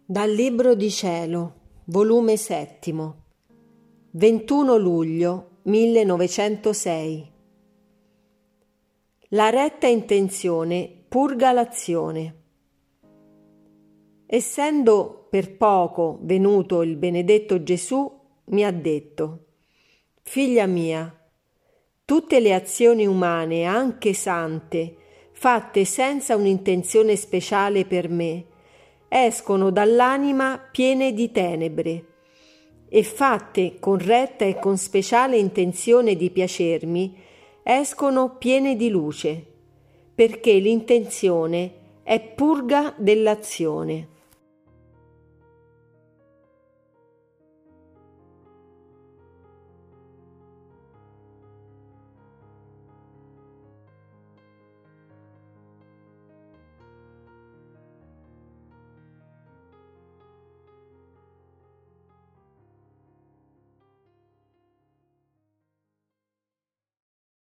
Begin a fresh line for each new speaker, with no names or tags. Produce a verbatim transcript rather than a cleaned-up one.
Dal Libro di Cielo, volume settimo, ventuno luglio millenovecentosei. La retta intenzione purga l'azione. Essendo per poco venuto il benedetto Gesù, mi ha detto: «Figlia mia, tutte le azioni umane, anche sante, fatte senza un'intenzione speciale per me, escono dall'anima piene di tenebre, e fatte con retta e con speciale intenzione di piacermi, escono piene di luce, perché l'intenzione è purga dell'azione».